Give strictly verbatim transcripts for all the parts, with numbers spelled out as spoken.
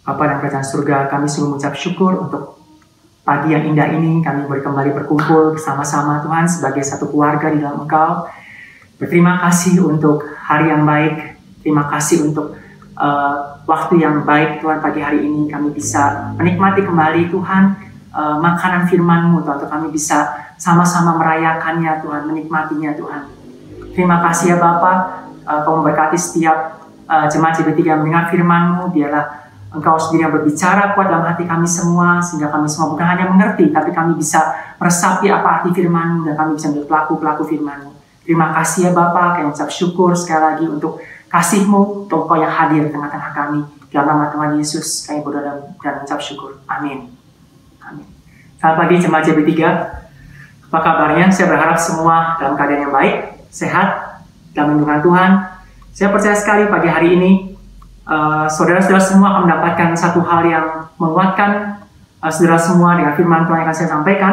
Bapa dan Kerajaan Surga, kami sungguh mengucap syukur untuk pagi yang indah ini. Kami boleh kembali berkumpul bersama-sama Tuhan sebagai satu keluarga di dalam Engkau. Berterima kasih untuk hari yang baik. Terima kasih untuk uh, waktu yang baik Tuhan. Pagi hari ini kami bisa menikmati kembali Tuhan uh, makanan firman-Mu Tuhan. Untuk kami bisa sama-sama merayakannya Tuhan, menikmatinya Tuhan. Terima kasih ya Bapa. Uh, Kau memberkati setiap uh, jemaat J B tiga yang mendengar firman-Mu. Biarlah Engkau sendiri yang berbicara kuat dalam hati kami semua, sehingga kami semua bukan hanya mengerti, tapi kami bisa meresapi apa arti firman-Mu, dan kami bisa menjadi pelaku-pelaku firman-Mu. Terima kasih ya Bapa, kami ucap syukur sekali lagi untuk kasih-Mu, untuk Engkau yang hadir di tengah-tengah kami. Dalam nama Tuhan Yesus, kami berdoa dan mengucap syukur. Amin. Amin. Selamat pagi jemaat J B tiga. Apa kabarnya? Saya berharap semua dalam keadaan yang baik, sehat, dalam lindungan Tuhan. Saya percaya sekali pagi hari ini, Uh, saudara-saudara semua akan mendapatkan satu hal yang menguatkan uh, saudara semua dengan firman Tuhan yang akan saya sampaikan.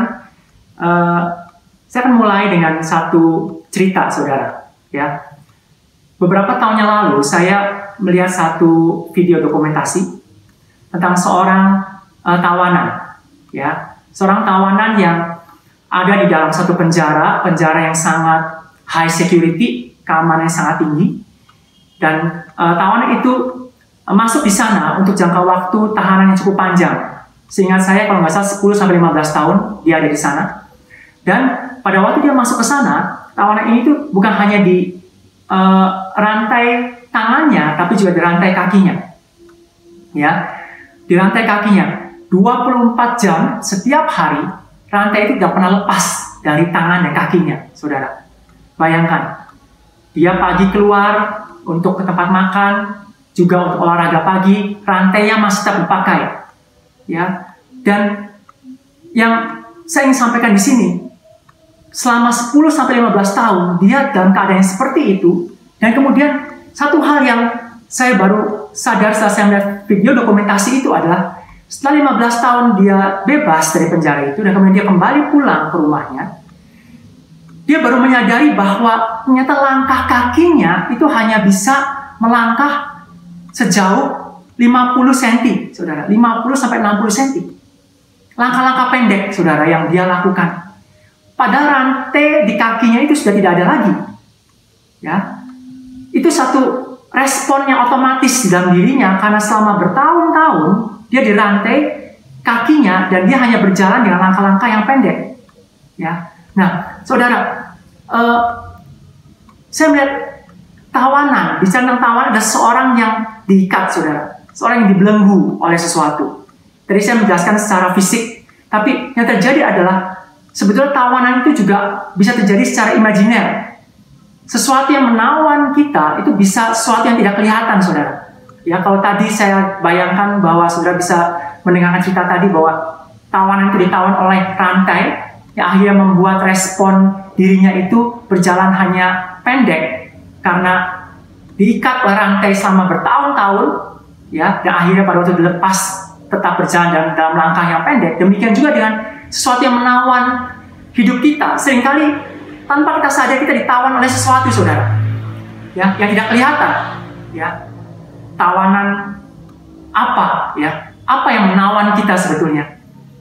Uh, saya akan mulai dengan satu cerita, saudara. Ya, beberapa tahun yang lalu saya melihat satu video dokumentasi tentang seorang uh, tawanan. Ya, seorang tawanan yang ada di dalam satu penjara, penjara yang sangat high security, keamanan yang sangat tinggi, dan uh, tawanan itu masuk di sana untuk jangka waktu tahanan yang cukup panjang. Seingat saya kalau nggak salah sepuluh sampai lima belas tahun dia ada di sana. Dan pada waktu dia masuk ke sana, tawanan ini tuh bukan hanya di uh, rantai tangannya, tapi juga di rantai kakinya. Ya, di rantai kakinya dua puluh empat jam setiap hari, rantai itu tidak pernah lepas dari tangan dan kakinya, saudara. Bayangkan, dia pagi keluar untuk ke tempat makan, juga untuk olahraga pagi, rantainya masih tetap dipakai, ya. Dan yang saya ingin sampaikan di sini, selama sepuluh sampai lima belas tahun dia dalam keadaan yang seperti itu. Dan kemudian satu hal yang saya baru sadar setelah saya melihat video dokumentasi itu adalah setelah lima belas tahun dia bebas dari penjara itu dan kemudian dia kembali pulang ke rumahnya, dia baru menyadari bahwa ternyata langkah kakinya itu hanya bisa melangkah sejauh lima puluh sentimeter, saudara, lima puluh sampai enam puluh sentimeter. Langkah-langkah pendek, saudara, yang dia lakukan. Padahal rantai di kakinya itu sudah tidak ada lagi. Ya, itu satu respon yang otomatis dalam dirinya karena selama bertahun-tahun dia dirantai kakinya dan dia hanya berjalan dengan langkah-langkah yang pendek. Ya, nah, saudara, uh, saya melihat tawanan, bicara tentang tawanan ada seorang yang diikat, saudara. Seorang yang dibelenggu oleh sesuatu. Tadi saya menjelaskan secara fisik, tapi yang terjadi adalah sebetulnya tawanan itu juga bisa terjadi secara imajiner. Sesuatu yang menawan kita itu bisa sesuatu yang tidak kelihatan, saudara. Ya, kalau tadi saya bayangkan bahwa saudara bisa mendengarkan cerita tadi bahwa tawanan itu ditawan oleh rantai, yang akhirnya membuat respon dirinya itu berjalan hanya pendek karena diikat oleh rantai selama bertahun-tahun, ya, dan akhirnya pada waktu dilepas tetap berjalan dalam, dalam langkah yang pendek. Demikian juga dengan sesuatu yang menawan hidup kita. Seringkali tanpa kita sadar kita ditawan oleh sesuatu, saudara, ya, yang tidak kelihatan. Ya, tawanan apa? Ya, apa yang menawan kita sebetulnya?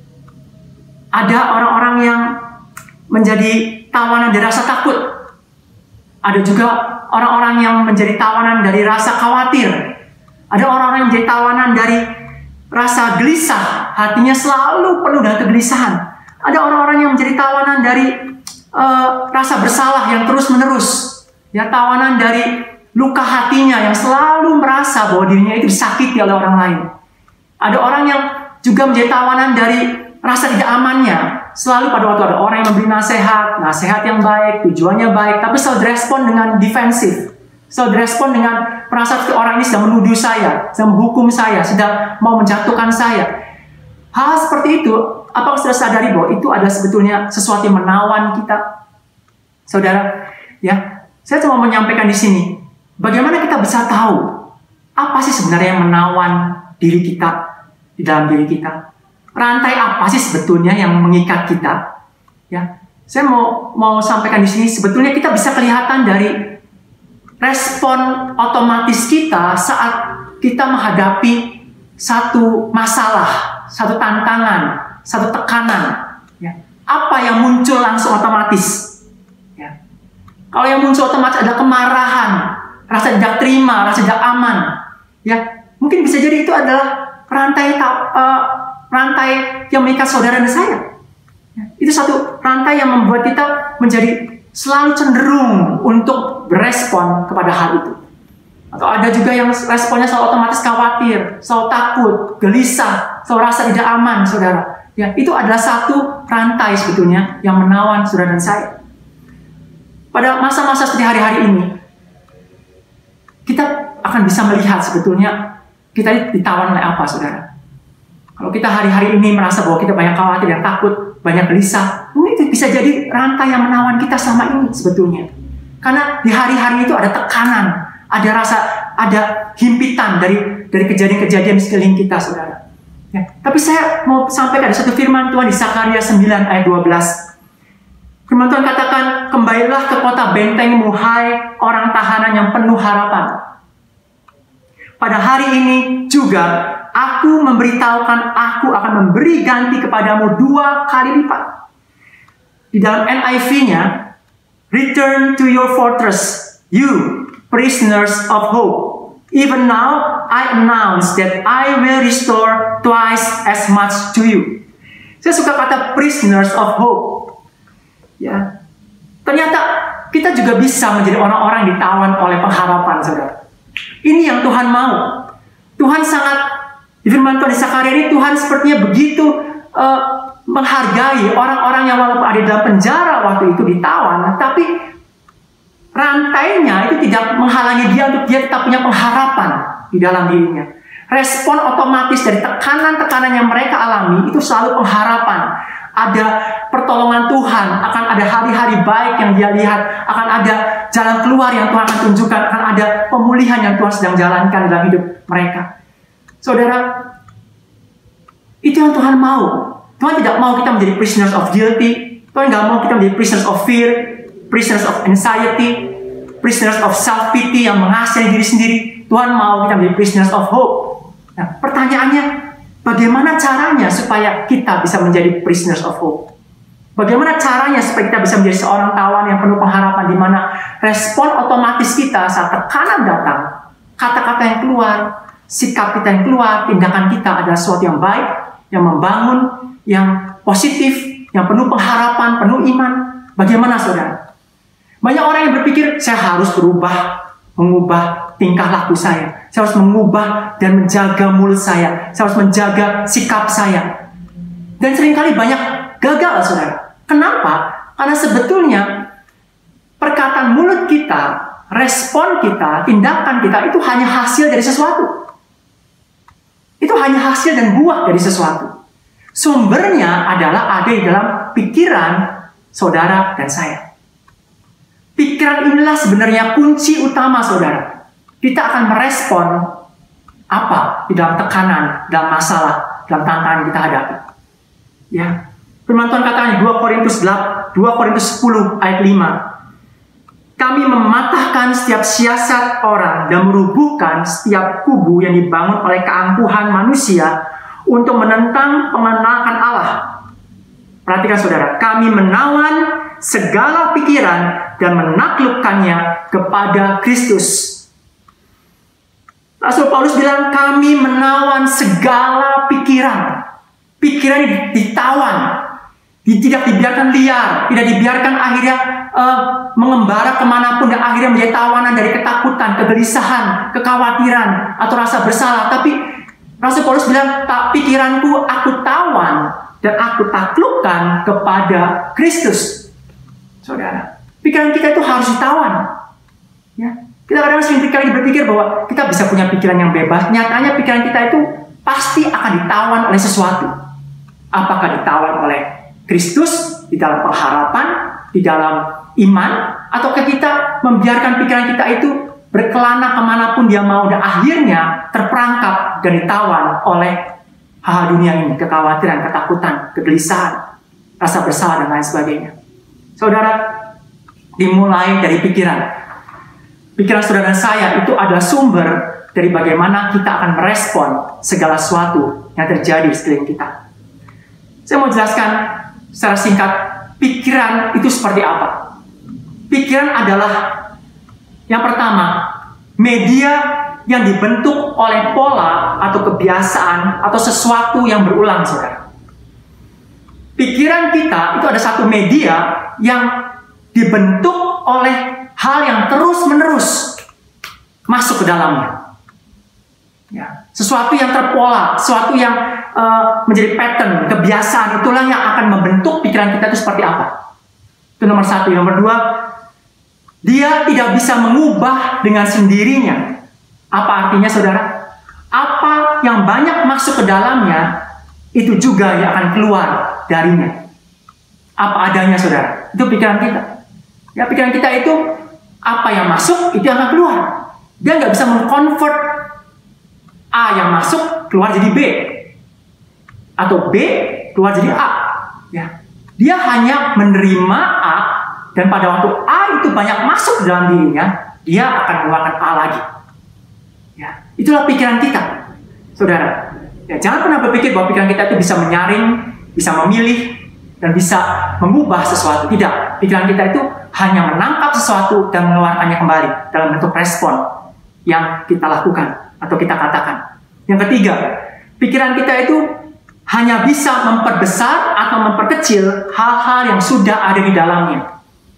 Ada orang-orang yang menjadi tawanan dari rasa takut. Ada juga orang-orang yang menjadi tawanan dari rasa khawatir. Ada orang-orang yang menjadi tawanan dari rasa gelisah. Hatinya selalu penuh dengan kegelisahan. Ada orang-orang yang menjadi tawanan dari uh, rasa bersalah yang terus-menerus. Ya, tawanan dari luka hatinya yang selalu merasa bahwa dirinya itu disakiti oleh orang lain. Ada orang yang juga menjadi tawanan dari rasa tidak amannya. Selalu pada waktu ada orang yang memberi nasihat, nasihat yang baik, tujuannya baik, tapi selalu direspon dengan defensif. Selalu direspon dengan merasa seperti orang ini sedang menuduh saya, sedang menghukum saya, sedang mau menjatuhkan saya. Hal seperti itu, apakah sudah sadari bahwa itu ada sebetulnya sesuatu yang menawan kita? Saudara, ya, saya cuma menyampaikan di sini, bagaimana kita bisa tahu apa sih sebenarnya yang menawan diri kita di dalam diri kita? Rantai apa sih sebetulnya yang mengikat kita? Ya, saya mau mau sampaikan di sini sebetulnya kita bisa kelihatan dari respon otomatis kita saat kita menghadapi satu masalah, satu tantangan, satu tekanan, ya, apa yang muncul langsung otomatis? Ya. Kalau yang muncul otomatis adalah kemarahan, rasa tidak terima, rasa tidak aman, ya, mungkin bisa jadi itu adalah rantai uh, rantai yang mengikat saudara dan saya. Ya. Itu satu rantai yang membuat kita menjadi selalu cenderung untuk berespon kepada hal itu. Atau ada juga yang responnya selalu otomatis khawatir, selalu takut, gelisah, selalu rasa tidak aman, saudara. Ya, itu adalah satu rantai sebetulnya yang menawan saudara dan saya. Pada masa-masa seperti hari-hari ini, kita akan bisa melihat sebetulnya kita ditawan oleh apa, saudara. Kalau kita hari-hari ini merasa bahwa kita banyak khawatir dan takut, banyak gelisah, mungkin itu bisa jadi rantai yang menawan kita selama ini sebetulnya. Karena di hari-hari itu ada tekanan, ada rasa, ada himpitan dari dari kejadian-kejadian di sekeliling kita, saudara. Ya, tapi saya mau sampaikan ada satu firman Tuhan di Sakaria sembilan ayat dua belas. Firman Tuhan katakan, kembalilah ke kota bentengmu, hai orang tahanan yang penuh harapan. Pada hari ini juga aku memberitahukan aku akan memberi ganti kepadamu dua kali lipat. Di dalam N I V-nya, return to your fortress, you prisoners of hope. Even now, I announce that I will restore twice as much to you. Saya suka kata prisoners of hope. Ya, ternyata kita juga bisa menjadi orang-orang yang ditawan oleh pengharapan, saudara. Ini yang Tuhan mau. Tuhan sangat, di firman Tuhan di Sakaria ini, Tuhan sepertinya begitu uh, menghargai orang-orang yang walaupun ada dalam penjara waktu itu ditawan, tapi rantainya itu tidak menghalangi dia untuk dia tetap punya pengharapan di dalam dirinya. Respon otomatis dari tekanan-tekanan yang mereka alami itu selalu pengharapan. Ada pertolongan Tuhan, akan ada hari-hari baik yang dia lihat, akan ada jalan keluar yang Tuhan akan tunjukkan, akan ada pemulihan yang Tuhan sedang jalankan dalam hidup mereka. Saudara, itu yang Tuhan mau. Tuhan tidak mau kita menjadi prisoners of guilty. Tuhan tidak mau kita menjadi prisoners of fear, prisoners of anxiety, prisoners of self-pity yang mengasihani diri sendiri. Tuhan mau kita menjadi prisoners of hope. Nah, pertanyaannya, bagaimana caranya supaya kita bisa menjadi prisoners of hope? Bagaimana caranya supaya kita bisa menjadi seorang tawan yang penuh pengharapan, di mana respon otomatis kita saat tekanan datang, kata-kata yang keluar, sikap kita yang keluar, tindakan kita adalah sesuatu yang baik, yang membangun, yang positif, yang penuh pengharapan, penuh iman. Bagaimana, saudara? Banyak orang yang berpikir, saya harus berubah, mengubah tingkah laku saya. Saya harus mengubah dan menjaga mulut saya. Saya harus menjaga sikap saya. Dan seringkali banyak gagal, saudara. Kenapa? Karena sebetulnya perkataan mulut kita, respon kita, tindakan kita itu hanya hasil dari sesuatu. Itu hanya hasil dan buah dari sesuatu. Sumbernya adalah ada di dalam pikiran saudara dan saya. Pikiran inilah sebenarnya kunci utama, saudara. Kita akan merespon apa di dalam tekanan, dalam masalah, dalam tantangan yang kita hadapi. Ya, firman Tuhan katakan dua Korintus sepuluh ayat lima. Kami mematahkan setiap siasat orang dan merubuhkan setiap kubu yang dibangun oleh keangkuhan manusia untuk menentang pengenalan Allah. Perhatikan, saudara, kami menawan segala pikiran dan menaklukkannya kepada Kristus. Rasul Paulus bilang, kami menawan segala pikiran. Pikiran ini ditawan, tidak dibiarkan liar, tidak dibiarkan akhirnya uh, mengembara kemanapun dan akhirnya menjadi tawanan dari ketakutan, kegelisahan, kekhawatiran, atau rasa bersalah. Tapi Rasul Paulus bilang, tak, pikiranku aku tawan dan aku taklukkan kepada Kristus. Saudara, pikiran kita itu harus ditawan. Ya. Kita kadang-kadang sering kali berpikir bahwa kita bisa punya pikiran yang bebas. Nyatanya pikiran kita itu pasti akan ditawan oleh sesuatu. Apakah ditawan oleh Kristus di dalam pengharapan, di dalam iman, ataukah kita membiarkan pikiran kita itu berkelana kemanapun dia mau dan akhirnya terperangkap dan ditawan oleh hal dunia ini, kekhawatiran, ketakutan, kegelisahan, rasa bersalah dan lain sebagainya. Saudara, dimulai dari pikiran. Pikiran saudara dan saya itu adalah sumber dari bagaimana kita akan merespon segala sesuatu yang terjadi di sekeliling kita. Saya mau jelaskan secara singkat, pikiran itu seperti apa. Pikiran adalah yang pertama, media yang dibentuk oleh pola atau kebiasaan atau sesuatu yang berulang, saudara. Pikiran kita itu ada satu media yang dibentuk oleh hal yang terus-menerus masuk ke dalamnya. Ya, sesuatu yang terpola, sesuatu yang uh, menjadi pattern, kebiasaan, itulah yang akan membentuk pikiran kita itu seperti apa. Itu nomor satu. Nomor dua, dia tidak bisa mengubah dengan sendirinya. Apa artinya, saudara? Apa yang banyak masuk ke dalamnya, itu juga yang akan keluar darinya. Apa adanya, saudara. Itu pikiran kita. Ya, pikiran kita itu, apa yang masuk, itu yang akan keluar. Dia nggak bisa mengkonvert A yang masuk, keluar jadi B. Atau B, keluar jadi A. Ya. Dia hanya menerima A, dan pada waktu A itu banyak masuk dalam dirinya, dia akan mengeluarkan A lagi. Ya, itulah pikiran kita, saudara. Ya, jangan pernah berpikir bahwa pikiran kita itu bisa menyaring, bisa memilih, dan bisa mengubah sesuatu. Tidak, pikiran kita itu hanya menangkap sesuatu dan mengeluarkannya kembali dalam bentuk respon yang kita lakukan atau kita katakan. Yang ketiga, pikiran kita itu hanya bisa memperbesar atau memperkecil hal-hal yang sudah ada di dalamnya.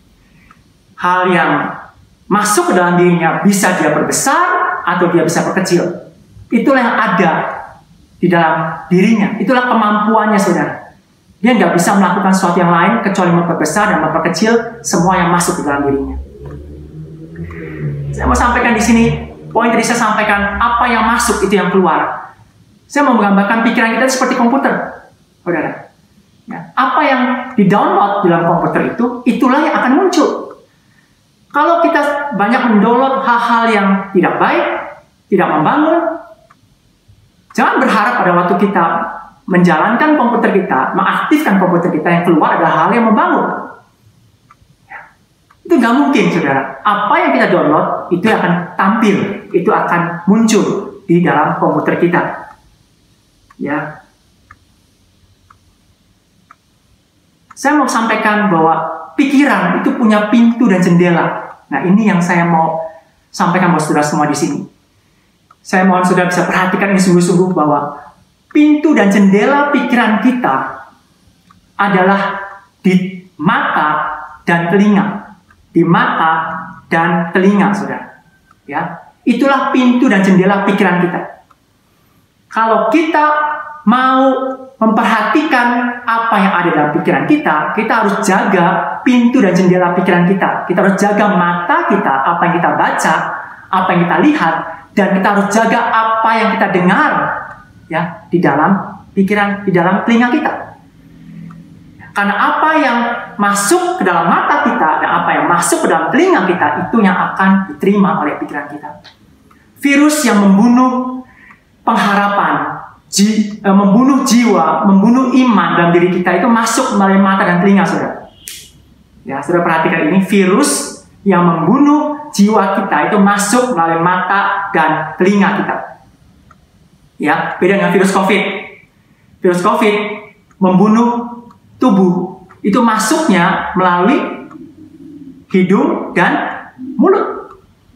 Hal yang masuk ke dalam dirinya bisa dia perbesar atau dia bisa perkecil. Itulah yang ada di dalam dirinya. Itulah kemampuannya, saudara. Dia nggak bisa melakukan sesuatu yang lain kecuali memperbesar dan memperkecil semua yang masuk di dalam dirinya. Saya mau sampaikan di sini, poin tadi saya sampaikan, apa yang masuk itu yang keluar. Saya mau menggambarkan pikiran kita seperti komputer, saudara. Ya, apa yang di-download di dalam komputer itu, itulah yang akan muncul. Kalau kita banyak mendownload hal-hal yang tidak baik, tidak membangun, jangan berharap pada waktu kita menjalankan komputer kita, mengaktifkan komputer kita, yang keluar adalah hal yang membangun. Ya. Itu nggak mungkin, saudara. Apa yang kita download, itu akan tampil, itu akan muncul di dalam komputer kita. Ya. Saya mau sampaikan bahwa pikiran itu punya pintu dan jendela. Nah, ini yang saya mau sampaikan buat saudara semua di sini. Saya mohon saudara bisa perhatikan ini sungguh-sungguh bahwa pintu dan jendela pikiran kita adalah di mata dan telinga. Di mata dan telinga, saudara. Ya, itulah pintu dan jendela pikiran kita. Kalau kita mau memperhatikan apa yang ada dalam pikiran kita, kita harus jaga pintu dan jendela pikiran kita. Kita harus jaga mata kita, apa yang kita baca, apa yang kita lihat, dan kita harus jaga apa yang kita dengar, ya, di dalam pikiran, di dalam telinga kita. Karena apa yang masuk ke dalam mata kita dan apa yang masuk ke dalam telinga kita, itu yang akan diterima oleh pikiran kita. Virus yang membunuh pengharapan, Ji, eh, membunuh jiwa, membunuh iman dalam diri kita itu masuk melalui mata dan telinga, saudara. Ya, saudara perhatikan ini, virus yang membunuh jiwa kita itu masuk melalui mata dan telinga kita. Ya, beda dengan virus COVID. Virus COVID membunuh tubuh, itu masuknya melalui hidung dan mulut.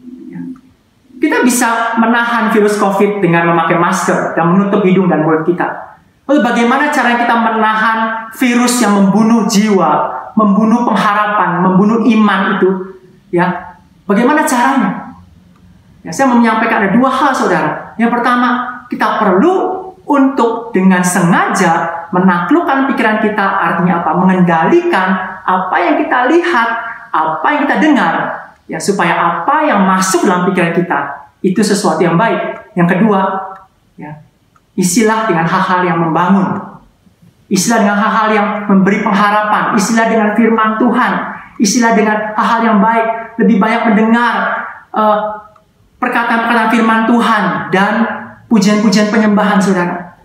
Kita bisa menahan virus COVID dengan memakai masker dan menutup hidung dan mulut kita. Lalu bagaimana cara kita menahan virus yang membunuh jiwa, membunuh pengharapan, membunuh iman itu? Ya, bagaimana caranya? Ya, saya mau menyampaikan ada dua hal, saudara. Yang pertama, kita perlu untuk dengan sengaja menaklukkan pikiran kita, artinya apa? Mengendalikan apa yang kita lihat, apa yang kita dengar. Ya, supaya apa yang masuk dalam pikiran kita itu sesuatu yang baik. Yang kedua, ya, isilah dengan hal-hal yang membangun. Isilah dengan hal-hal yang memberi pengharapan. Isilah dengan firman Tuhan. Isilah dengan hal-hal yang baik. Lebih banyak mendengar uh, perkataan-perkataan firman Tuhan dan pujian-pujian penyembahan, saudara.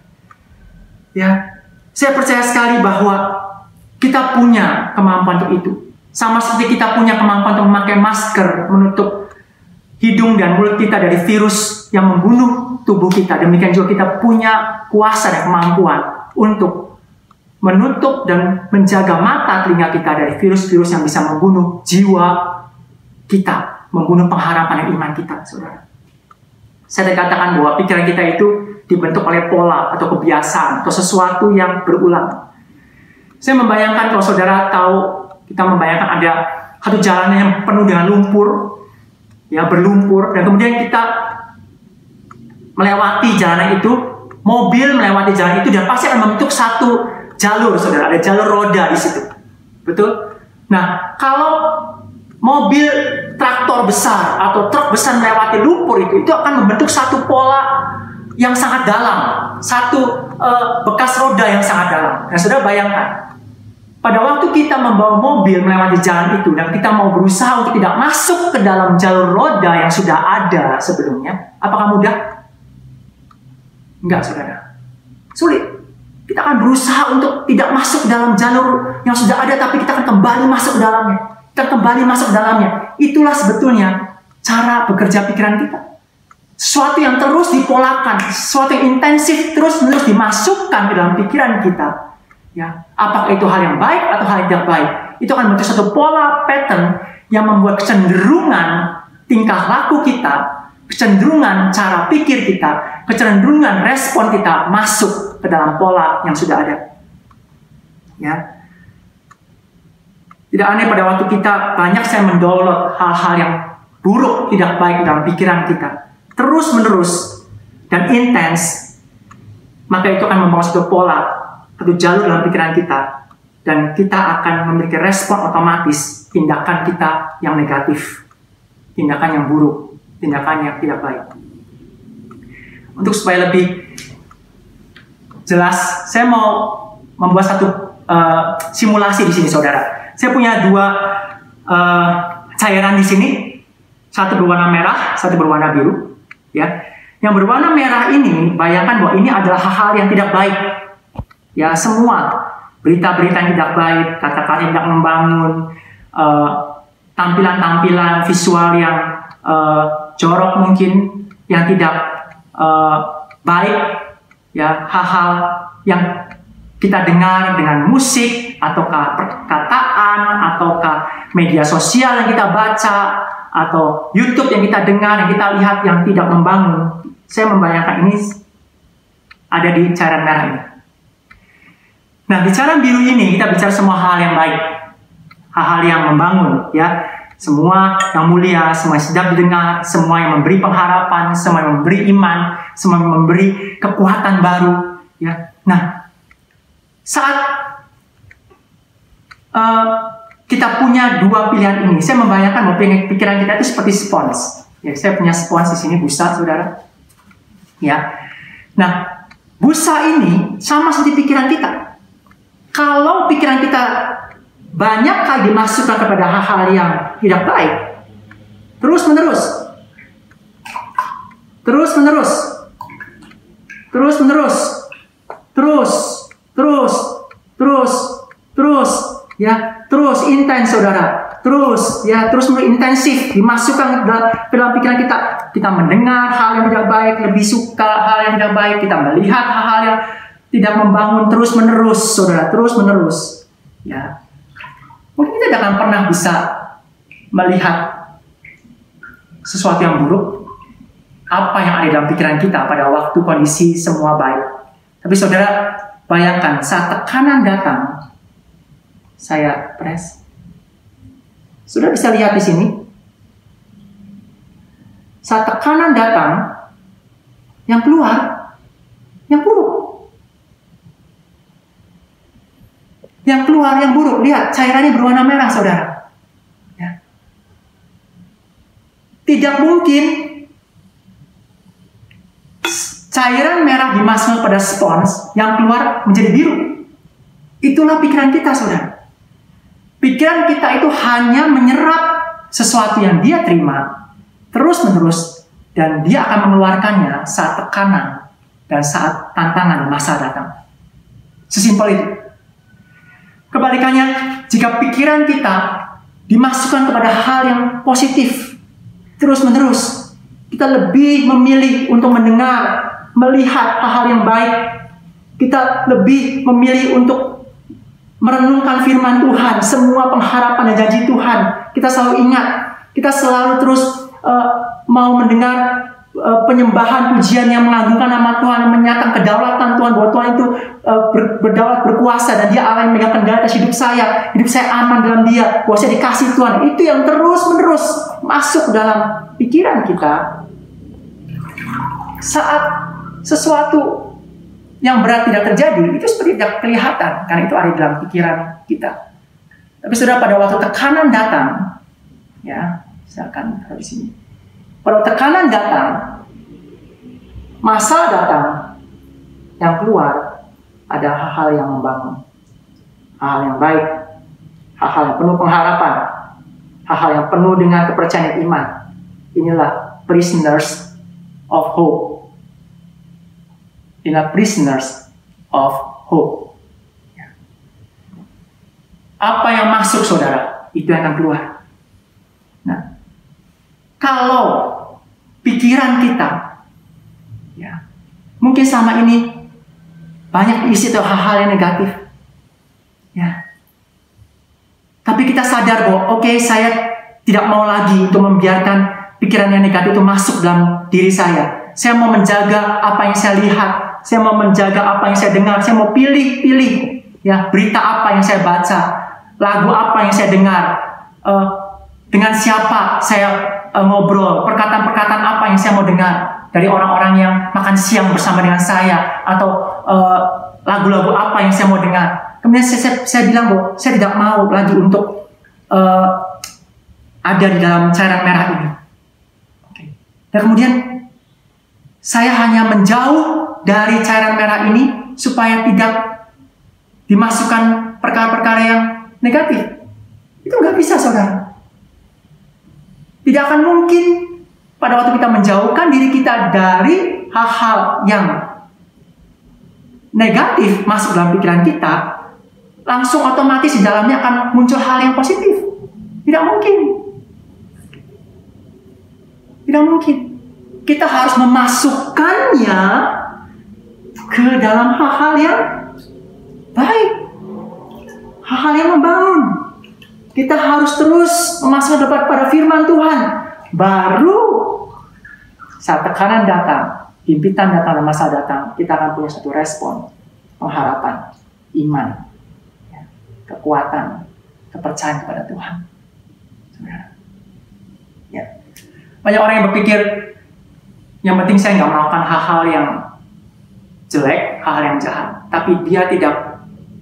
Ya, saya percaya sekali bahwa kita punya kemampuan untuk itu. Sama seperti kita punya kemampuan untuk memakai masker, menutup hidung dan mulut kita dari virus yang membunuh tubuh kita. Demikian juga kita punya kuasa dan kemampuan untuk menutup dan menjaga mata telinga kita dari virus-virus yang bisa membunuh jiwa kita, membunuh pengharapan dan iman kita, saudara. Saya katakan bahwa pikiran kita itu dibentuk oleh pola atau kebiasaan atau sesuatu yang berulang. Saya membayangkan kalau saudara tahu, kita membayangkan ada satu jalan yang penuh dengan lumpur, ya berlumpur, dan kemudian kita melewati jalanan itu, mobil melewati jalan itu, dan pasti akan membentuk satu jalur, saudara. Ada jalur roda di situ, betul? Nah, kalau mobil traktor besar atau truk besar melewati lumpur itu, itu akan membentuk satu pola yang sangat dalam, satu uh, bekas roda yang sangat dalam. Nah, saudara bayangkan, pada waktu kita membawa mobil melewati jalan itu dan kita mau berusaha untuk tidak masuk ke dalam jalur roda yang sudah ada sebelumnya, apakah mudah? Enggak, saudara. Sulit. Kita akan berusaha untuk tidak masuk dalam jalur yang sudah ada, tapi kita akan kembali masuk ke dalamnya. Kita kembali masuk ke dalamnya. Itulah sebetulnya cara bekerja pikiran kita. Sesuatu yang terus dipolakan, sesuatu yang intensif terus-menerus dimasukkan ke dalam pikiran kita. Ya, apakah itu hal yang baik atau hal yang tidak baik? Itu akan membentuk satu pola pattern yang membuat kecenderungan tingkah laku kita, kecenderungan cara pikir kita, kecenderungan respon kita masuk ke dalam pola yang sudah ada. Ya. Tidak aneh pada waktu kita banyak saya mendownload hal-hal yang buruk, tidak baik dalam pikiran kita, terus menerus dan intens, maka itu akan membawa satu pola, satu jalur dalam pikiran kita, dan kita akan memiliki respon otomatis tindakan kita yang negatif, tindakan yang buruk, tindakan yang tidak baik. Untuk supaya lebih jelas, saya mau membuat satu uh, simulasi di sini, saudara. Saya punya dua uh, cairan di sini, satu berwarna merah, satu berwarna biru. Ya, yang berwarna merah ini, bayangkan bahwa ini adalah hal-hal yang tidak baik. Ya, semua berita-berita yang tidak baik, kata-kata yang tidak membangun, uh, tampilan-tampilan visual yang uh, jorok mungkin, yang tidak uh, baik, ya, hal-hal yang kita dengar dengan musik, ataukah perkataan, ataukah media sosial yang kita baca, atau YouTube yang kita dengar, yang kita lihat yang tidak membangun. Saya membayangkan ini ada di cairan merah ini. Nah, di cairan biru ini kita bicara semua hal yang baik, hal-hal yang membangun, ya, semua yang mulia, semua yang sedap didengar, semua yang memberi pengharapan, semua yang memberi iman, semua yang memberi kekuatan baru, ya. Nah, saat uh, kita punya dua pilihan ini, saya membayangkan bahwa pikiran kita itu seperti spons. Ya, saya punya spons di sini, busa, saudara. Ya, nah, busa ini sama seperti pikiran kita. Kalau pikiran kita banyak kali dimasukkan kepada hal-hal yang tidak baik, terus menerus, terus menerus, terus menerus, terus, terus, terus, terus, ya, terus intens, saudara, terus, ya, terus menerus intensif dimasukkan ke dalam pikiran kita. Kita mendengar hal yang tidak baik, lebih suka hal yang tidak baik, kita melihat hal-hal yang tidak membangun terus menerus, saudara, terus menerus, ya. Mungkin kita tidak akan pernah bisa melihat sesuatu yang buruk, apa yang ada dalam pikiran kita pada waktu kondisi semua baik. Tapi saudara, bayangkan saat tekanan datang, saya press, saudara bisa lihat di sini, saat tekanan datang, yang keluar, yang buruk. Yang keluar yang buruk, lihat cairannya berwarna merah, saudara. Ya. Tidak mungkin cairan merah dimasukkan pada spons yang keluar menjadi biru. Itulah pikiran kita, saudara. Pikiran kita itu hanya menyerap sesuatu yang dia terima terus-menerus, dan dia akan mengeluarkannya saat tekanan dan saat tantangan masa datang. Sesimpel itu. Kebalikannya, jika pikiran kita dimasukkan kepada hal yang positif, terus-menerus. Kita lebih memilih untuk mendengar, melihat hal-hal yang baik. Kita lebih memilih untuk merenungkan firman Tuhan, semua pengharapan dan janji Tuhan. Kita selalu ingat, kita selalu terus uh, mau mendengar uh, penyembahan, pujian yang mengagungkan nama Tuhan, menyatakan kedaulatan Tuhan, bahwa Tuhan itu uh, ber, berdaulat, berkuasa, dan Dia Allah yang memegang kendali atas hidup saya. Hidup saya aman dalam Dia, bahwa saya dikasih Tuhan. Itu yang terus-menerus masuk dalam pikiran kita. Saat sesuatu yang berat tidak terjadi, itu seperti tidak kelihatan, karena itu ada di dalam pikiran kita. Tapi saudara, pada waktu tekanan datang, ya, silakan taruh di sini. Pada tekanan datang, masalah datang, yang keluar ada hal-hal yang membangun, hal-hal yang baik, hal-hal yang penuh pengharapan, hal-hal yang penuh dengan kepercayaan iman. Inilah prisoners of hope. Inilah prisoners of hope. Apa yang masuk, saudara, itu yang akan keluar. Nah, kalau pikiran kita, ya, mungkin selama ini banyak diisi atau hal-hal yang negatif, ya, tapi kita sadar bahwa, oke, okay, saya tidak mau lagi untuk membiarkan pikiran yang negatif itu masuk dalam diri saya. Saya mau menjaga apa yang saya lihat. Saya mau menjaga apa yang saya dengar. Saya mau pilih-pilih, ya, berita apa yang saya baca, lagu apa yang saya dengar, uh, dengan siapa saya uh, ngobrol, perkataan-perkataan apa yang saya mau dengar dari orang-orang yang makan siang bersama dengan saya, atau uh, lagu-lagu apa yang saya mau dengar. Kemudian saya, saya, saya bilang bahwa saya tidak mau lagi untuk uh, ada di dalam cairan merah ini. Okay. Dan kemudian saya hanya menjauh dari cairan merah ini supaya tidak dimasukkan perkara-perkara yang negatif. Itu nggak bisa, saudara. Tidak akan mungkin pada waktu kita menjauhkan diri kita dari hal-hal yang negatif masuk dalam pikiran kita, langsung otomatis di dalamnya akan muncul hal yang positif. Tidak mungkin. Tidak mungkin. Kita harus memasukkannya ke dalam hal-hal yang baik, hal-hal yang membangun. Kita harus terus memasukkan pada firman Tuhan. Baru saat tekanan datang, himpitan datang, dan masalah datang, kita akan punya satu respon, pengharapan, iman, ya, kekuatan, kepercayaan kepada Tuhan. Ya. Banyak orang yang berpikir, yang penting saya nggak melakukan hal-hal yang jelek, hal-hal yang jahat, tapi dia tidak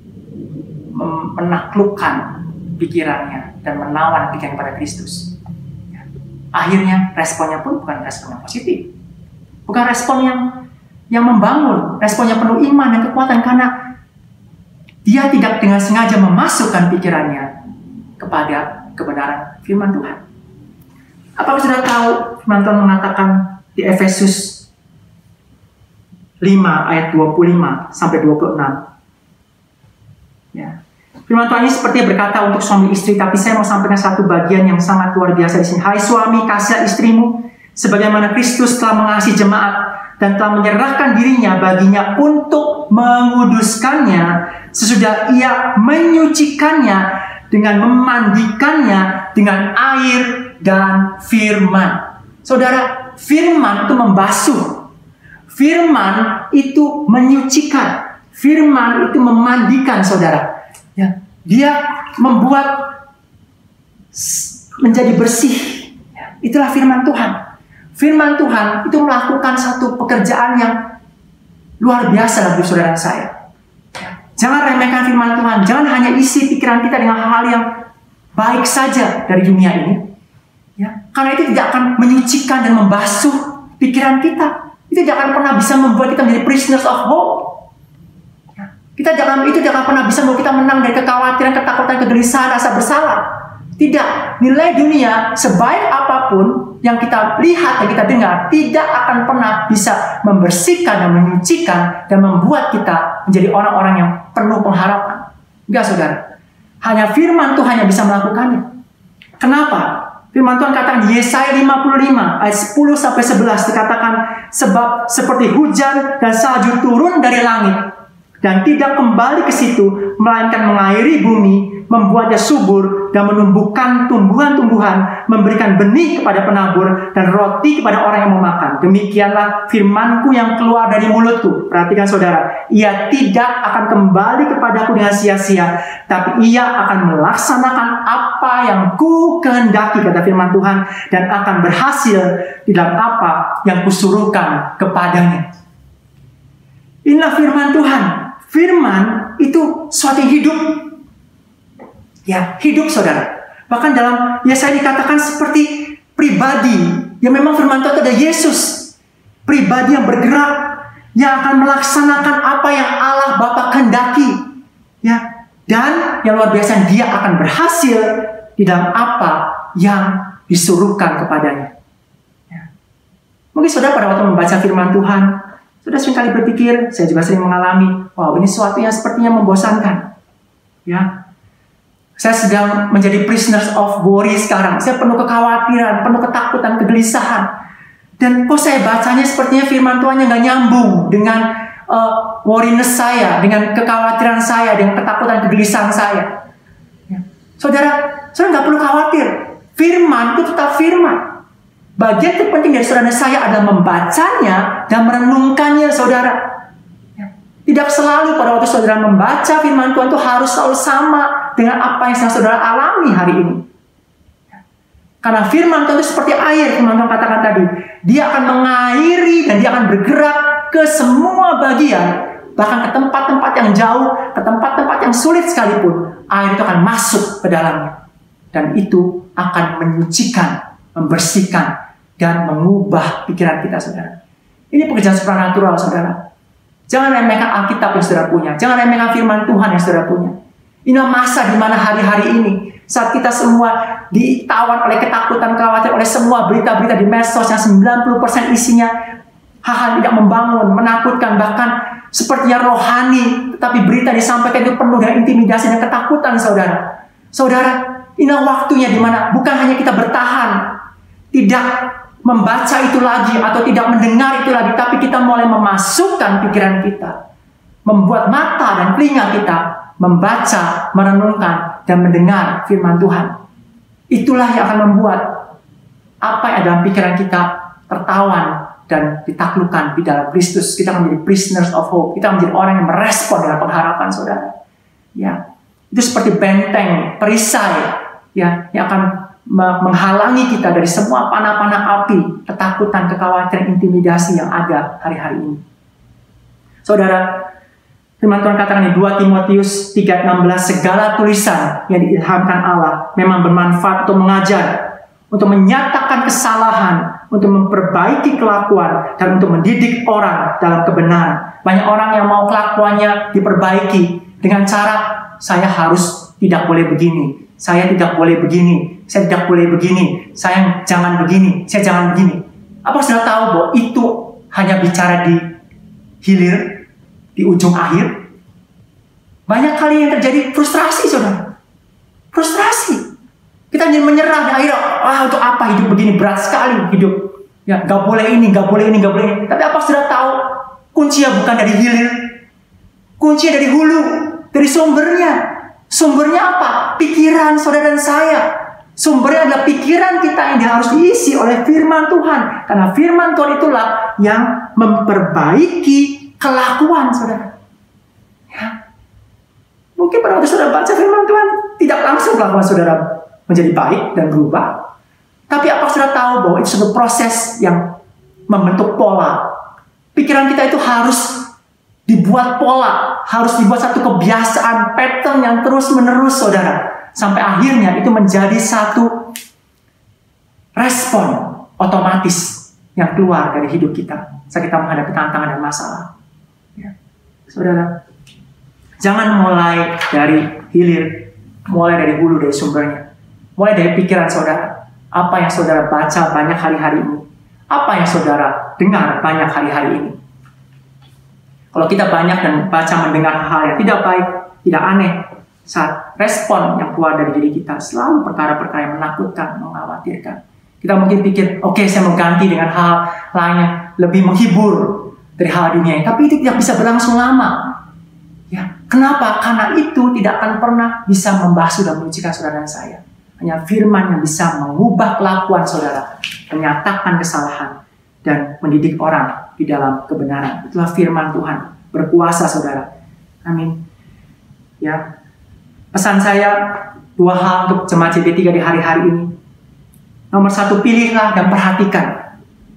menaklukkan pikirannya dan menawan pikiran pada Kristus. Akhirnya responnya pun bukan respon yang positif, bukan respon yang yang membangun, responnya penuh iman dan kekuatan, karena dia tidak dengan sengaja memasukkan pikirannya kepada kebenaran firman Tuhan. Apakah sudah tahu firman Tuhan mengatakan di Efesus lima ayat dua puluh lima sampai dua puluh enam. Ya. Firman Tuhan ini seperti berkata untuk suami istri, tapi saya mau sampaikan satu bagian yang sangat luar biasa di sini. Hai suami, kasihi istrimu sebagaimana Kristus telah mengasihi jemaat dan telah menyerahkan dirinya baginya untuk menguduskannya sesudah ia menyucikannya dengan memandikannya dengan air dan firman. Saudara, firman itu membasuh. Firman itu menyucikan. Firman itu memandikan, saudara. Ya, dia membuat menjadi bersih. Ya, itulah firman Tuhan. Firman Tuhan itu melakukan satu pekerjaan yang luar biasa bagi saudara saya. Ya, jangan remehkan firman Tuhan. Jangan hanya isi pikiran kita dengan hal-hal yang baik saja dari dunia ini. Ya, karena itu tidak akan menyucikan dan membasuh pikiran kita. Itu tidak akan pernah bisa membuat kita menjadi prisoners of hope. Kita jangan, itu jangan pernah bisa membuat kita menang dari kekhawatiran, ketakutan, kegelisahan, rasa bersalah. Tidak. Nilai dunia sebaik apapun yang kita lihat dan kita dengar tidak akan pernah bisa membersihkan dan menyucikan dan membuat kita menjadi orang-orang yang penuh pengharapan. Enggak, saudara. Hanya firman Tuhan yang bisa melakukannya. Kenapa? Firman Tuhan katakan di Yesaya lima puluh lima ayat sepuluh sampai sebelas dikatakan, sebab seperti hujan dan salju turun dari langit dan tidak kembali ke situ, melainkan mengairi bumi, membuatnya subur dan menumbuhkan tumbuhan-tumbuhan, memberikan benih kepada penabur dan roti kepada orang yang memakan. Demikianlah firman-Ku yang keluar dari mulutku. Perhatikan saudara, ia tidak akan kembali kepadaku dengan sia-sia, tapi ia akan melaksanakan apa yang Ku kehendaki, kata firman Tuhan, dan akan berhasil di dalam apa yang Kusuruhkan kepadanya. Inilah firman Tuhan. Firman itu suatu yang hidup. Ya, hidup saudara. Bahkan dalam Yesaya dikatakan seperti pribadi yang memang firman Tuhan itu ada Yesus. Pribadi yang bergerak, yang akan melaksanakan apa yang Allah Bapa kehendaki. Ya, dan yang luar biasa, dia akan berhasil di dalam apa yang disuruhkan kepadanya. Ya. Mungkin saudara pada waktu membaca firman Tuhan, sudah seringkali berpikir, saya juga sering mengalami, wow, ini sesuatu yang sepertinya membosankan. Ya, saya sedang menjadi prisoners of worry sekarang. Saya penuh kekhawatiran, penuh ketakutan, kegelisahan. Dan kok saya bacanya sepertinya firman Tuhan yang gak nyambung dengan uh, worriness saya, dengan kekhawatiran saya, dengan ketakutan, kegelisahan saya. Ya. Saudara, saudara gak perlu khawatir. Firman itu tetap firman. Bagian terpenting dari saudara saya adalah membacanya dan merenungkannya, saudara. Ya. Tidak selalu pada waktu saudara membaca firman Tuhan itu harus selalu sama dengan apa yang saudara alami hari ini. Karena firman Tuhan itu seperti air, firman Tuhan katakan tadi. Dia akan mengairi dan dia akan bergerak ke semua bagian. Bahkan ke tempat-tempat yang jauh, ke tempat-tempat yang sulit sekalipun. Air itu akan masuk ke dalamnya. Dan itu akan menyucikan, membersihkan, dan mengubah pikiran kita, saudara. Ini pekerjaan supranatural, saudara. Jangan remehkan Alkitab yang saudara punya. Jangan remehkan firman Tuhan yang saudara punya. Inilah masa di mana hari-hari ini, saat kita semua ditawan oleh ketakutan, khawatir oleh semua berita-berita di medsos yang sembilan puluh persen isinya hal-hal tidak membangun, menakutkan, bahkan sepertinya rohani, tetapi berita disampaikan itu penuh dengan intimidasi dan ketakutan, saudara. Saudara, inilah waktunya di mana bukan hanya kita bertahan, tidak membaca itu lagi atau tidak mendengar itu lagi, tapi kita mulai memasukkan pikiran kita, membuat mata dan telinga kita membaca, merenungkan, dan mendengar firman Tuhan. Itulah yang akan membuat apa yang ada dalam pikiran kita tertawan dan ditaklukkan di dalam Kristus. Kita menjadi prisoners of hope. Kita menjadi orang yang merespon dengan pengharapan, saudara. Ya, itu seperti benteng, perisai, ya, yang akan menghalangi kita dari semua panah-panah api, ketakutan, kekhawatiran, intimidasi yang ada hari-hari ini. Saudara, firman Tuhan katakan di dua Timotius tiga enam belas, segala tulisan yang diilhamkan Allah memang bermanfaat untuk mengajar, untuk menyatakan kesalahan, untuk memperbaiki kelakuan, dan untuk mendidik orang dalam kebenaran. Banyak orang yang mau kelakuannya diperbaiki dengan cara, saya harus tidak boleh begini, saya tidak boleh begini, saya tidak boleh begini, saya jangan begini, saya jangan begini. Apa sudah tahu bahwa itu hanya bicara di hilir, di ujung akhir? Banyak kali yang terjadi frustrasi, saudara. Frustrasi. Kita jadi menyerah dan akhirnya, ah, untuk apa hidup begini, berat sekali hidup. Ya, gak boleh ini, gak boleh ini, gak boleh ini. Tapi apa sudah tahu? Kuncinya bukan dari hilir. Kuncinya dari hulu, dari sumbernya. Sumbernya apa? Pikiran saudara dan saya. Sumbernya adalah pikiran kita yang harus diisi oleh firman Tuhan. Karena firman Tuhan itulah yang memperbaiki kelakuan saudara. Ya. Mungkin pada waktu saudara baca firman Tuhan, tidak langsung kelakuan saudara menjadi baik dan berubah. Tapi apa saudara tahu bahwa itu suatu proses yang membentuk pola. Pikiran kita itu harus dibuat pola, harus dibuat satu kebiasaan, pattern yang terus menerus, saudara. Sampai akhirnya itu menjadi satu respon otomatis yang keluar dari hidup kita saat kita menghadapi tantangan dan masalah. Ya. Saudara, jangan mulai dari hilir, mulai dari hulu, dari sumbernya. Mulai dari pikiran saudara. Apa yang saudara baca banyak hari-hari ini. Apa yang saudara dengar banyak hari-hari ini. Kalau kita banyak dan baca mendengar hal yang tidak baik, tidak aneh, saat respon yang keluar dari diri kita selalu perkara-perkara yang menakutkan, mengkhawatirkan. Kita mungkin pikir, oke okay, saya mau ganti dengan hal lain yang lebih menghibur dari hal dunia ini. Tapi itu tidak bisa berlangsung lama. Ya, kenapa? Karena itu tidak akan pernah bisa membasuh dan menyucikan saudara dan saya. Hanya firman yang bisa mengubah kelakuan saudara, menyatakan kesalahan, dan mendidik orang di dalam kebenaran. Itulah firman Tuhan, berkuasa saudara. Amin. Ya, pesan saya dua hal untuk jemaat J B tiga di hari-hari ini. Nomor satu, pilihlah dan perhatikan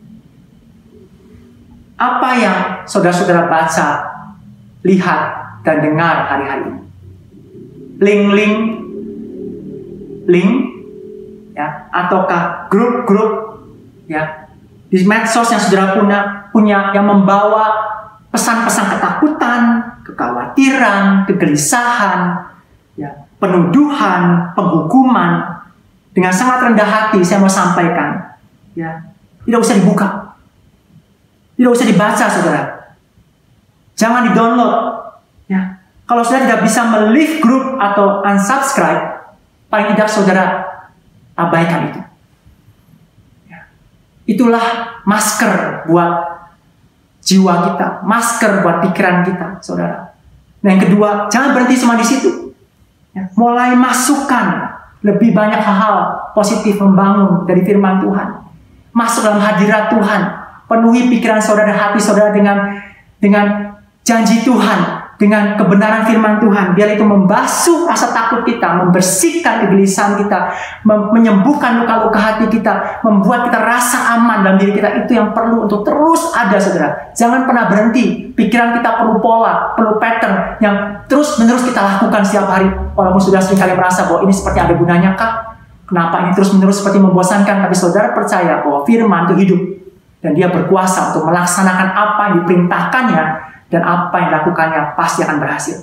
apa yang saudara-saudara baca, lihat, dan dengar hari-hari ini. Link-link, link, ya, ataukah grup-grup, ya, di medsos yang saudara punya, punya yang membawa pesan-pesan ketakutan, kekhawatiran, kegelisahan, ya, penuduhan, penghukuman. Dengan sangat rendah hati saya mau sampaikan, ya, tidak usah dibuka, tidak usah dibaca, saudara. Jangan di-download, ya. Kalau saudara tidak bisa me-leave group atau unsubscribe, paling tidak saudara abaikan itu. Ya. Itulah masker buat jiwa kita, masker buat pikiran kita, saudara. Nah, yang kedua, jangan berhenti cuma di situ. Ya. Mulai masukkan lebih banyak hal-hal positif membangun dari firman Tuhan. Masuk dalam hadirat Tuhan. Penuhi pikiran saudara dan hati saudara dengan dengan janji Tuhan, dengan kebenaran firman Tuhan. Biar itu membasuh rasa takut kita, membersihkan kegelisahan kita, mem- menyembuhkan luka-luka hati kita, membuat kita rasa aman dalam diri kita. Itu yang perlu untuk terus ada, saudara. Jangan pernah berhenti. Pikiran kita perlu pola, perlu pattern yang terus-menerus kita lakukan setiap hari. Walaupun sudah seringkali merasa bahwa ini seperti ada gunanya kah? Kenapa ini terus-menerus seperti membosankan? Tapi saudara percaya bahwa firman itu hidup. Dan dia berkuasa untuk melaksanakan apa yang diperintahkannya. Dan apa yang dilakukannya pasti akan berhasil.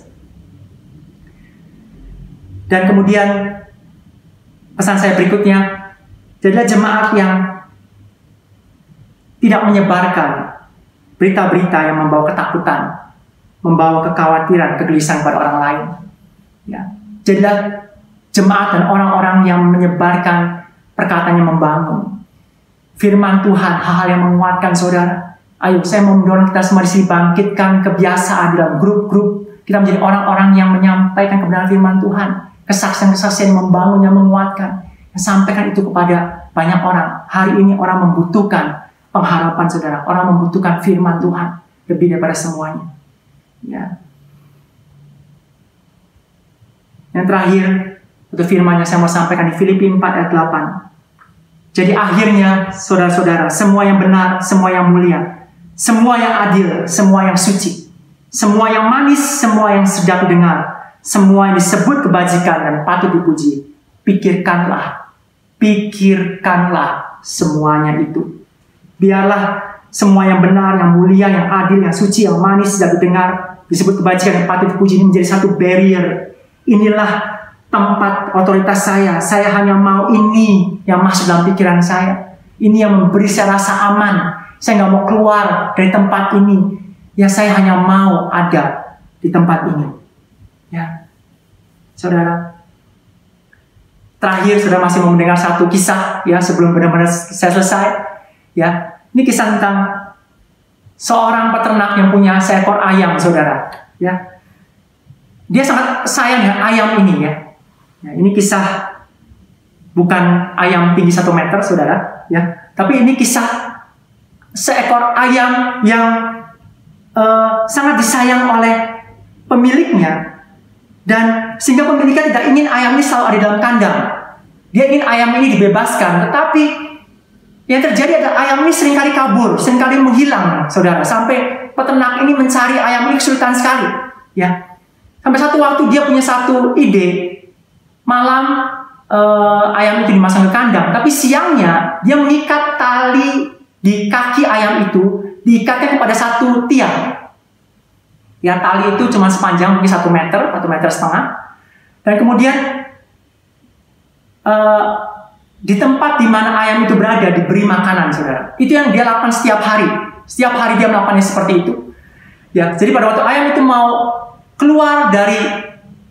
Dan kemudian pesan saya berikutnya, jadilah jemaat yang tidak menyebarkan berita-berita yang membawa ketakutan, membawa kekhawatiran, kegelisahan pada orang lain. Ya. Jadilah jemaat dan orang-orang yang menyebarkan perkataan yang membangun. Firman Tuhan, hal-hal yang menguatkan saudara. Ayo, saya mau mendorong kita semua di sini bangkitkan kebiasaan dalam grup-grup. Kita menjadi orang-orang yang menyampaikan kebenaran firman Tuhan. Kesaksian-kesaksian yang membangun, yang menguatkan. Yang sampaikan itu kepada banyak orang. Hari ini orang membutuhkan pengharapan saudara. Orang membutuhkan firman Tuhan. Lebih daripada semuanya. Ya. Yang terakhir, itu firman yang saya mau sampaikan di Filipi empat ayat delapan. Jadi akhirnya, saudara-saudara, semua yang benar, semua yang mulia, semua yang adil, semua yang suci, semua yang manis, semua yang sedap didengar, semua yang disebut kebajikan dan patut dipuji, pikirkanlah, pikirkanlah semuanya itu. Biarlah semua yang benar, yang mulia, yang adil, yang suci, yang manis, sedap didengar, disebut kebajikan dan patut dipuji ini menjadi satu barrier. Inilah tempat otoritas saya. Saya hanya mau ini yang masuk dalam pikiran saya. Ini yang memberi saya rasa aman. Saya nggak mau keluar dari tempat ini. Ya, saya hanya mau ada di tempat ini. Ya, saudara. Terakhir, saudara masih mau mendengar satu kisah ya sebelum benar-benar saya selesai. Ya, ini kisah tentang seorang peternak yang punya seekor ayam, saudara. Ya. Dia sangat sayang ya ayam ini ya. Nah, ini kisah bukan ayam tinggi satu meter, saudara. Ya, tapi ini kisah seekor ayam yang uh, sangat disayang oleh pemiliknya. Dan sehingga pemiliknya tidak ingin ayam ini selalu ada dalam kandang. Dia ingin ayam ini dibebaskan. Tetapi yang terjadi adalah ayam ini seringkali kabur, seringkali menghilang, saudara. Sampai peternak ini mencari ayam ini kesulitan sekali. Ya. Sampai satu waktu dia punya satu ide. Malam uh, ayam itu dimasang ke kandang, tapi siangnya dia mengikat tali di kaki ayam itu, diikatnya kepada satu tiang. Ya, tali itu cuma sepanjang mungkin satu meter, satu meter setengah. Dan kemudian uh, di tempat di mana ayam itu berada diberi makanan, saudara. Itu yang dia lakukan setiap hari. Setiap hari dia melakukannya seperti itu. Ya, jadi pada waktu ayam itu mau keluar dari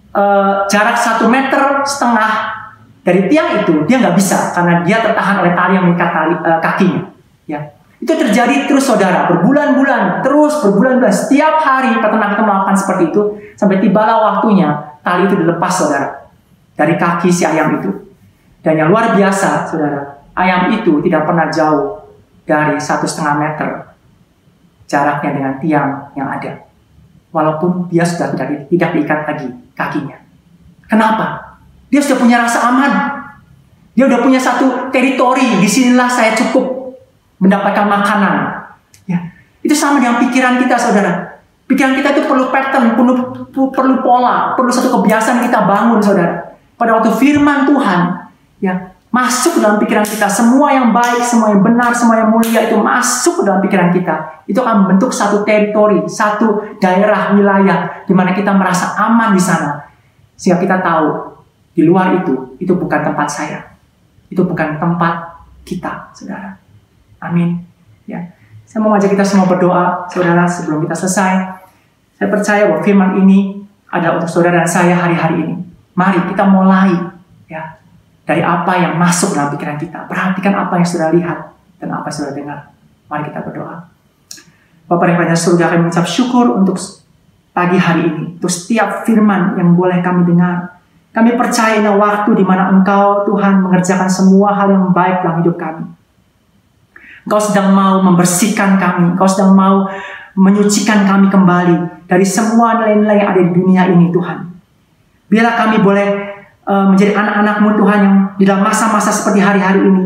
uh, jarak satu meter setengah dari tiang itu, dia nggak bisa karena dia tertahan oleh tali yang mengikat tali, uh, kakinya. Ya, itu terjadi terus saudara, berbulan-bulan, terus berbulan-bulan. Setiap hari peternak itu melakukan seperti itu sampai tibalah waktunya tali itu dilepas saudara dari kaki si ayam itu. Dan yang luar biasa saudara, ayam itu tidak pernah jauh dari satu setengah meter jaraknya dengan tiang yang ada, walaupun dia sudah tidak tidak diikat lagi kakinya. Kenapa? Dia sudah punya rasa aman. Dia sudah punya satu teritori. Disinilah saya cukup mendapatkan makanan. Ya, itu sama dengan pikiran kita, saudara. Pikiran kita itu perlu pattern, perlu perlu pola, perlu satu kebiasaan kita bangun, saudara. Pada waktu firman Tuhan, ya masuk dalam pikiran kita, semua yang baik, semua yang benar, semua yang mulia itu masuk ke dalam pikiran kita. Itu akan membentuk satu teritori, satu daerah wilayah di mana kita merasa aman di sana, sehingga kita tahu. Di luar itu, itu bukan tempat saya. Itu bukan tempat kita, saudara. Amin. Ya, saya mau ngajak kita semua berdoa, saudara, sebelum kita selesai. Saya percaya bahwa firman ini ada untuk saudara dan saya hari-hari ini. Mari kita mulai, ya, dari apa yang masuk dalam pikiran kita. Perhatikan apa yang saudara lihat dan apa yang saudara dengar. Mari kita berdoa. Bapa yang pada surga, kami mengucap syukur untuk pagi hari ini, untuk setiap firman yang boleh kami dengar. Kami percaya ini waktu di mana Engkau, Tuhan, mengerjakan semua hal yang baik dalam hidup kami. Engkau sedang mau membersihkan kami. Engkau sedang mau menyucikan kami kembali dari semua nilai-nilai yang ada di dunia ini, Tuhan. Biarlah kami boleh uh, menjadi anak-anak-Mu, Tuhan, yang di dalam masa-masa seperti hari-hari ini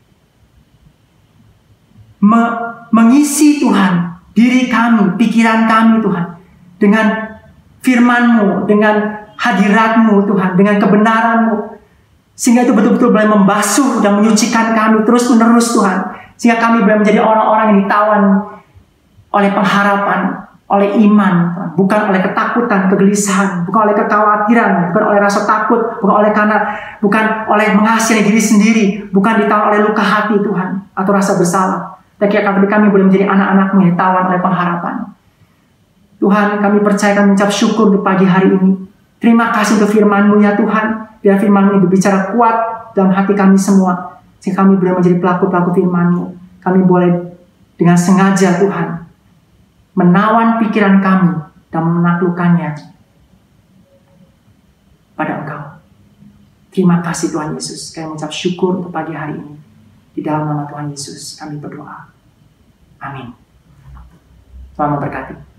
Me- mengisi, Tuhan, diri kami, pikiran kami, Tuhan, dengan firman-Mu, dengan hadirat-Mu, Tuhan, dengan kebenaran-Mu, sehingga itu betul-betul boleh membasuh dan menyucikan kami terus-menerus, Tuhan, sehingga kami boleh menjadi orang-orang yang ditawan oleh pengharapan, oleh iman, Tuhan. Bukan oleh ketakutan, kegelisahan, bukan oleh kekhawatiran, bukan oleh rasa takut, bukan oleh karena, bukan oleh mengasihani diri sendiri, bukan ditawan oleh luka hati, Tuhan, atau rasa bersalah. Tapi kami boleh menjadi anak-anak-Mu yang ditawan oleh pengharapan. Tuhan, kami percaya, kami mengucap syukur di pagi hari ini. Terima kasih untuk firman-Mu, ya Tuhan. Biar firman-Mu ini berbicara kuat dalam hati kami semua, sehingga kami boleh menjadi pelaku-pelaku firman-Mu. Kami boleh dengan sengaja, Tuhan, menawan pikiran kami dan menaklukkannya pada Engkau. Terima kasih Tuhan Yesus. Kami mengucap syukur untuk pagi hari ini. Di dalam nama Tuhan Yesus kami berdoa. Amin. Tuhan memberkati.